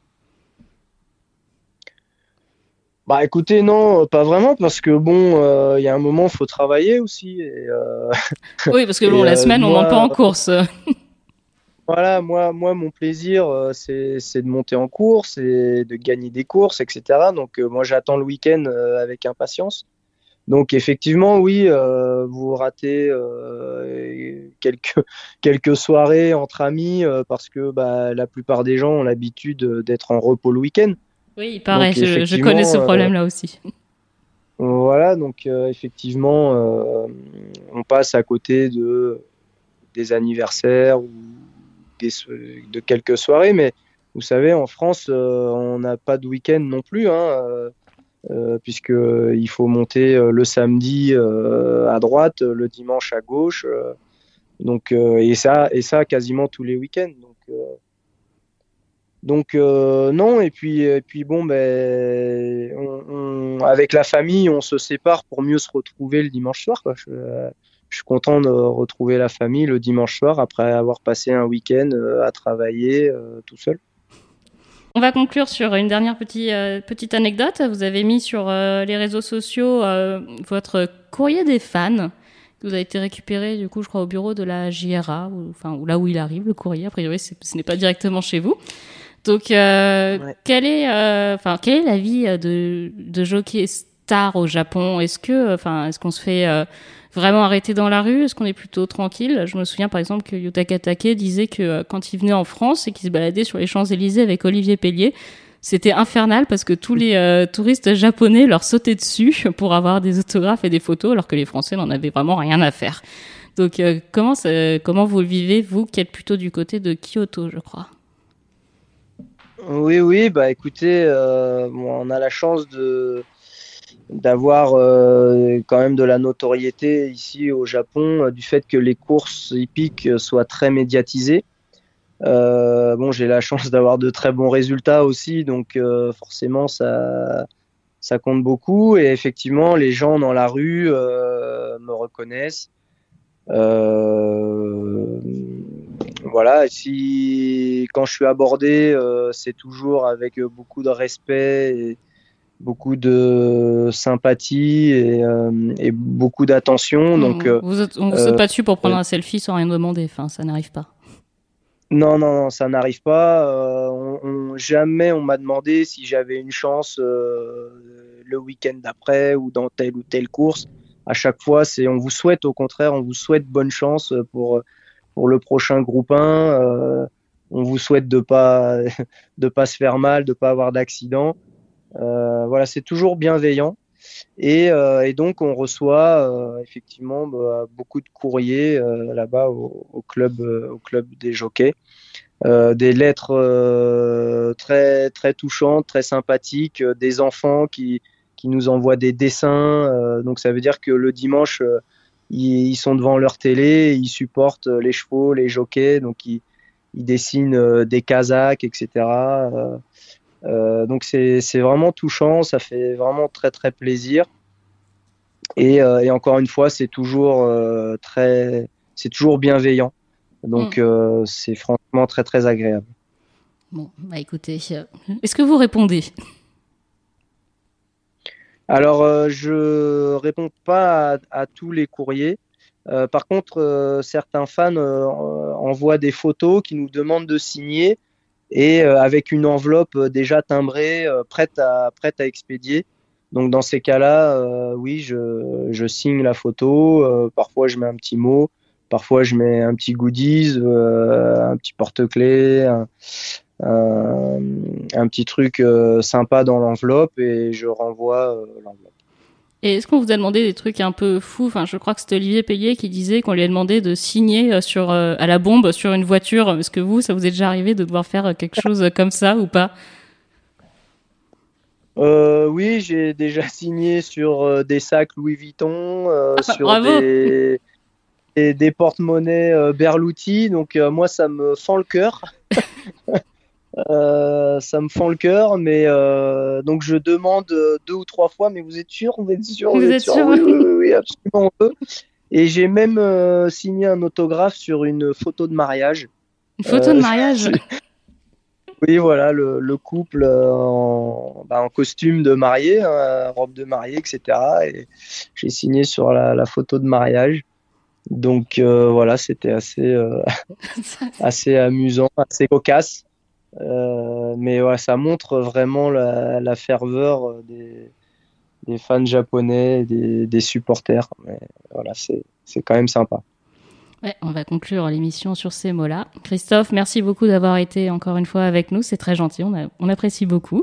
S3: Bah écoutez, non, pas vraiment, parce que bon, il y a un moment, il faut travailler aussi.
S2: Oui, parce que bon, la semaine, on monte pas en course.
S3: Voilà, moi, mon plaisir, c'est de monter en course et de gagner des courses, etc. Donc, moi, j'attends le week-end avec impatience. Donc, effectivement, oui, vous ratez quelques soirées entre amis parce que la plupart des gens ont l'habitude d'être en repos le week-end.
S2: Oui, il paraît, je connais ce problème-là aussi.
S3: Voilà, donc effectivement, on passe à côté des anniversaires ou de quelques soirées, mais vous savez, en France, on n'a pas de week-end non plus, puisqu'il faut monter le samedi à droite, le dimanche à gauche, et ça quasiment tous les week-ends. Donc non, et puis bon, avec la famille, on se sépare pour mieux se retrouver le dimanche soir, quoi. Je suis content de retrouver la famille le dimanche soir après avoir passé un week-end à travailler tout seul.
S2: On va conclure sur une dernière petite anecdote. Vous avez mis sur les réseaux sociaux votre courrier des fans que vous avez été récupéré, du coup, je crois, au bureau de la JRA, ou là où il arrive, le courrier. A priori, ce n'est pas directement chez vous. Donc, ouais. Quelle est la vie de jockey star au Japon? Est-ce qu'on se fait vraiment arrêter dans la rue? Est-ce qu'on est plutôt tranquille? Je me souviens par exemple que Yutaka Take disait que quand il venait en France et qu'il se baladait sur les Champs-Élysées avec Olivier Pellier, c'était infernal parce que tous les touristes japonais leur sautaient dessus pour avoir des autographes et des photos, alors que les Français n'en avaient vraiment rien à faire. Donc comment vous le vivez, vous qui êtes plutôt du côté de Kyoto, je crois?
S3: Oui, écoutez, on a la chance d'avoir quand même de la notoriété ici au Japon, du fait que les courses hippiques soient très médiatisées. J'ai la chance d'avoir de très bons résultats aussi, donc forcément ça compte beaucoup. Et effectivement, les gens dans la rue me reconnaissent. Voilà, quand je suis abordé, c'est toujours avec beaucoup de respect et beaucoup de sympathie et beaucoup d'attention. Donc,
S2: on vous saute pas dessus pour prendre un selfie sans rien demander. Enfin, ça n'arrive pas.
S3: Non, ça n'arrive pas. Jamais on m'a demandé si j'avais une chance le week-end d'après ou dans telle ou telle course. À chaque fois, on vous souhaite, au contraire, on vous souhaite bonne chance pour le prochain groupe 1. on vous souhaite de pas se faire mal, de pas avoir d'accident. Voilà, c'est toujours bienveillant. Et donc on reçoit effectivement beaucoup de courriers là-bas au club des jockeys, des lettres très très touchantes, très sympathiques, des enfants qui nous envoient des dessins. Donc ça veut dire que le dimanche ils sont devant leur télé, ils supportent les chevaux, les jockeys, donc ils dessinent des Kazakhs, etc. Donc c'est vraiment touchant, ça fait vraiment très très plaisir. Et encore une fois, c'est toujours bienveillant. Donc c'est franchement très très agréable.
S2: Bon, bah écoutez, est-ce que vous répondez?
S3: Alors, je réponds pas à tous les courriers. Par contre, certains fans envoient des photos qui nous demandent de signer et avec une enveloppe déjà timbrée, prête à expédier. Donc dans ces cas-là, oui, je signe la photo. Parfois, je mets un petit mot. Parfois, je mets un petit goodies, un petit porte-clés, un petit truc sympa dans l'enveloppe et je renvoie l'enveloppe.
S2: Et est-ce qu'on vous a demandé des trucs un peu fous? Enfin, je crois que c'était Olivier Payet qui disait qu'on lui a demandé de signer à la bombe sur une voiture. Est-ce que vous, ça vous est déjà arrivé de devoir faire quelque chose comme ça ou pas?
S3: Oui, j'ai déjà signé sur des sacs Louis Vuitton, sur des porte-monnaies Berluti. Donc moi, ça me fend le cœur. Ça me fend le cœur, mais donc je demande 2 ou 3 fois, mais vous êtes sûr? Vous êtes sûr?
S2: Vous êtes sûr?
S3: Oui, absolument. On peut. Et j'ai même signé un autographe sur une photo de mariage.
S2: Une photo de mariage?
S3: Oui, voilà, le couple en costume de mariée, robe de mariée, etc. Et j'ai signé sur la photo de mariage. Donc voilà, c'était assez amusant, assez cocasse. Mais ouais, ça montre vraiment la ferveur des fans japonais, des supporters. Mais voilà, c'est quand même sympa.
S2: Ouais, on va conclure l'émission sur ces mots-là. Christophe, merci beaucoup d'avoir été encore une fois avec nous. C'est très gentil, on apprécie beaucoup.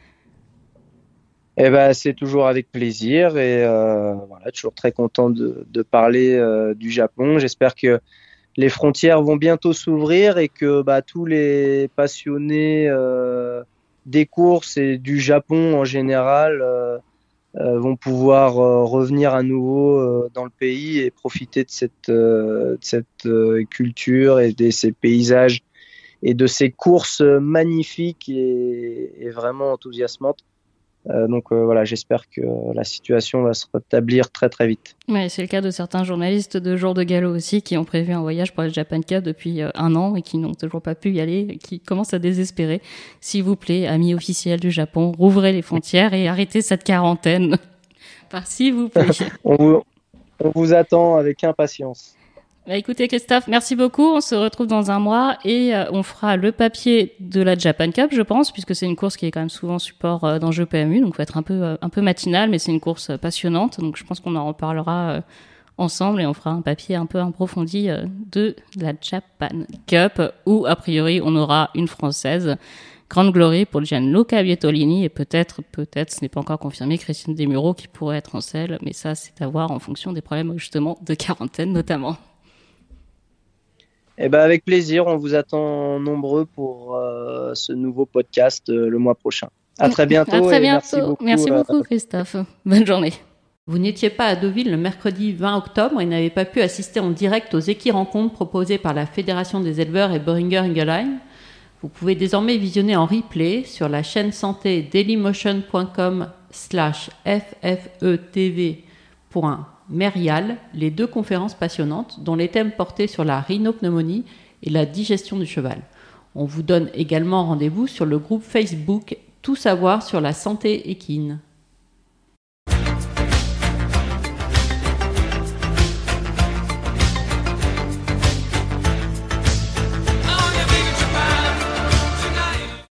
S3: Eh ben, c'est toujours avec plaisir et voilà, toujours très content de parler du Japon. J'espère que les frontières vont bientôt s'ouvrir et que tous les passionnés des courses et du Japon en général vont pouvoir revenir à nouveau dans le pays et profiter de cette culture et de ces paysages et de ces courses magnifiques et vraiment enthousiasmantes. Donc voilà, j'espère que la situation va se rétablir très très vite.
S2: Ouais, c'est le cas de certains journalistes de Jour de Galop aussi qui ont prévu un voyage pour le Japan Cup depuis 1 an et qui n'ont toujours pas pu y aller, et qui commencent à désespérer. S'il vous plaît, amis officiels du Japon, rouvrez les frontières et arrêtez cette quarantaine. S'il vous plaît.
S3: On vous attend avec impatience.
S2: Écoutez Christophe, merci beaucoup. On se retrouve dans 1 mois et on fera le papier de la Japan Cup, je pense, puisque c'est une course qui est quand même souvent support d'enjeux PMU, donc il faut être un peu matinal, mais c'est une course passionnante, donc je pense qu'on en reparlera ensemble et on fera un papier un peu approfondi de la Japan Cup, où a priori on aura une Française. Grande gloire pour Gianluca Vietolini et peut-être, ce n'est pas encore confirmé, Christine Desmureaux qui pourrait être en selle, mais ça c'est à voir en fonction des problèmes justement de quarantaine notamment.
S3: Eh ben avec plaisir, on vous attend nombreux pour ce nouveau podcast le mois prochain. À très bientôt.
S2: À très bientôt. Merci beaucoup Christophe. Bonne journée.
S1: Vous n'étiez pas à Deauville le mercredi 20 octobre et n'avez pas pu assister en direct aux équirencontres proposées par la Fédération des éleveurs et Boehringer Ingelheim. Vous pouvez désormais visionner en replay sur la chaîne santé dailymotion.com/ffetv.merial les 2 conférences passionnantes dont les thèmes portaient sur la rhinopneumonie et la digestion du cheval. On vous donne également rendez-vous sur le groupe Facebook Tout savoir sur la santé équine.